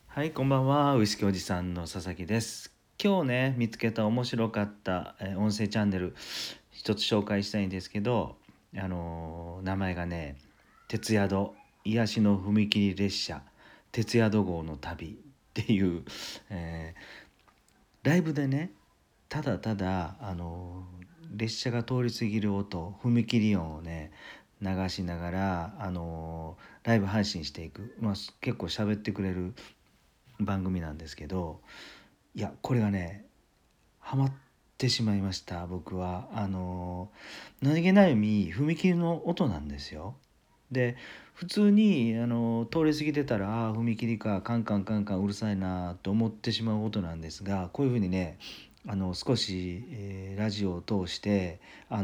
はい、こんばんは。ウイスキーおじさんの佐々木です。今日ね、見つけた面白かった、音声チャンネル一つ紹介したいんですけど、名前がね、徹宿癒しの踏切列車徹宿号の旅っていう、えライブでね、ただただ列車が通り過ぎる音、踏切音をね流しながらライブ配信していく、結構喋ってくれる番組なんですけど、いやこれがねハマってしまいました。僕は何気ない踏切の音なんですよ。で普通に通り過ぎてたら踏切かカンカンカンカンうるさいなと思ってしまう音なんですが、こういうふうにね少し、ラジオを通して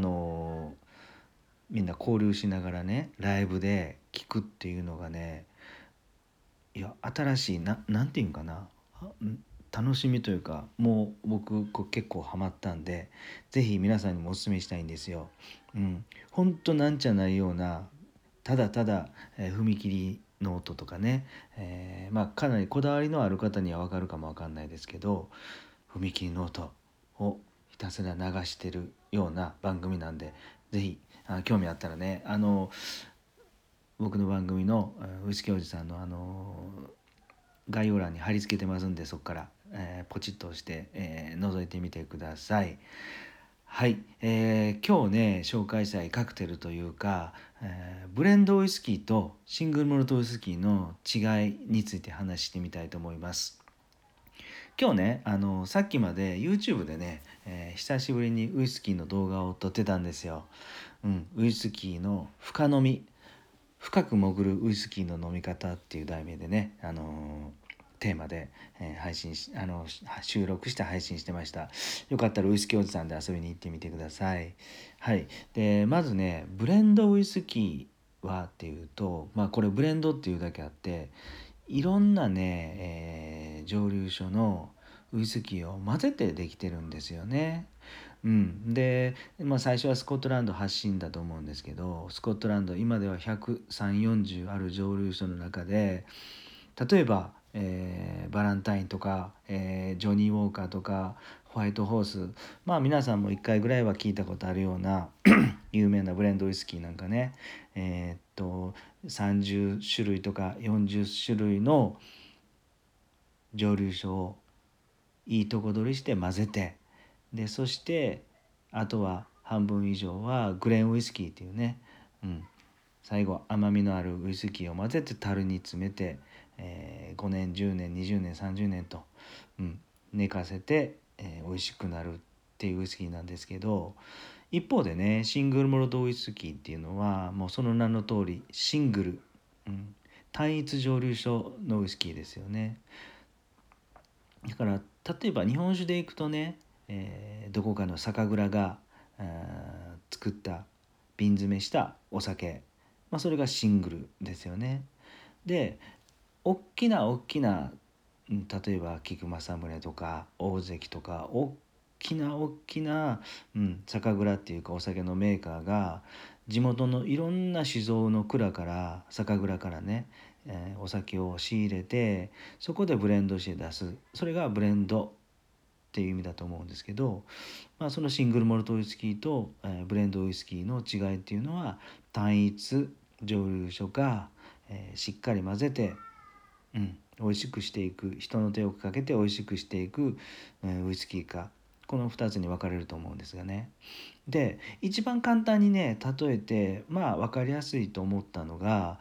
みんな交流しながらねライブで聞くっていうのがね、いや新しいなんていうんかな、楽しみというか、もう僕結構ハマったんで、ぜひ皆さんにもお勧めしたいんですよ。ほんとなんじゃないような、ただただ、踏切の音とかね、かなりこだわりのある方には分かるかも分かんないですけど、踏切の音をひたすら流してるような番組なんで、ぜひ興味あったらね、僕の番組のウイスキーおじさんの概要欄に貼り付けてますんで、そこから、ポチッと押して、覗いてみてください。はい、今日ね紹介したいカクテルというか、ブレンドウイスキーとシングルモルトウイスキーの違いについて話してみたいと思います。今日ねさっきまで YouTube でね、久しぶりにウイスキーの動画を撮ってたんですよ。ウイスキーの深飲み、深く潜るウイスキーの飲み方っていう題名でね、テーマで、配信し収録して配信してました。よかったらウイスキーおじさんで遊びに行ってみてください。はい。でまずねブレンドウイスキーはっていうと、これブレンドっていうだけあっていろんなね、蒸留所のウイスキーを混ぜてできてるんですよね。で、最初はスコットランド発信だと思うんですけど、スコットランド今では130、40ある蒸留所の中で、例えば、バランタインとか、ジョニー・ウォーカーとかホワイトホース、皆さんも1回ぐらいは聞いたことあるような有名なブレンドウイスキーなんかね、30種類とか40種類の蒸留所をいいとこ取りして混ぜて、でそしてあとは半分以上はグレーンウイスキーっていうね、最後甘みのあるウイスキーを混ぜて樽に詰めて、5年10年20年30年と、寝かせて、美味しくなるっていうウイスキーなんですけど、一方でねシングルモルトウイスキーっていうのはもうその名の通りシングル、単一蒸留所のウイスキーですよね。だから例えば日本酒でいくとね、どこかの酒蔵が作った瓶詰めしたお酒、それがシングルですよね。で大きな例えば菊正宗とか大関とか大きな、酒蔵っていうかお酒のメーカーが地元のいろんな酒造の蔵から酒蔵からね、お酒を仕入れてそこでブレンドして出す、それがブレンドっていう意味だと思うんですけど、そのシングルモルトウイスキーと、ブレンドウイスキーの違いっていうのは単一蒸留所が、しっかり混ぜて、美味しくしていく、人の手をかけて美味しくしていく、ウイスキーか、この2つに分かれると思うんですがね。で一番簡単にね例えて分かりやすいと思ったのが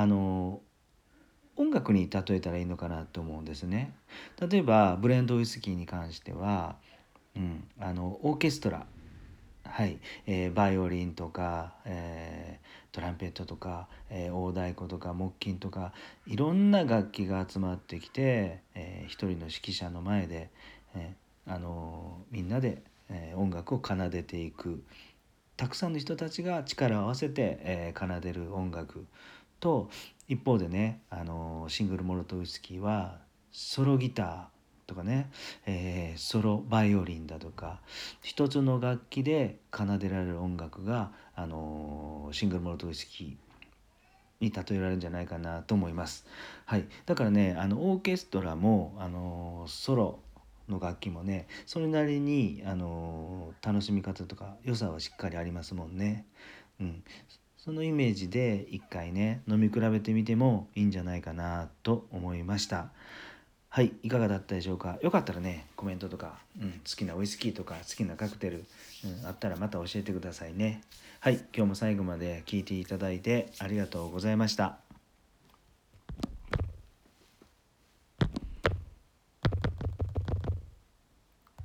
音楽に例えたらいいのかなと思うんですね。例えばブレンドウイスキーに関しては、オーケストラ、はい、バイオリンとか、トランペットとか、大太鼓とか木琴とかいろんな楽器が集まってきて、一人の指揮者の前で、みんなで、音楽を奏でていく、たくさんの人たちが力を合わせて、奏でる音楽と、一方でねシングルモルトウイスキーはソロギターとかね、ソロバイオリンだとか一つの楽器で奏でられる音楽が、シングルモルトウイスキーに例えられるんじゃないかなと思います。はい、だからねオーケストラもソロの楽器もねそれなりに楽しみ方とか良さはしっかりありますもんね。うん、そのイメージで一回ね飲み比べてみてもいいんじゃないかなと思いました。はい、いかがだったでしょうか。よかったらねコメントとか、好きなウイスキーとか好きなカクテル、あったらまた教えてくださいね。はい、今日も最後まで聞いていただいてありがとうございました。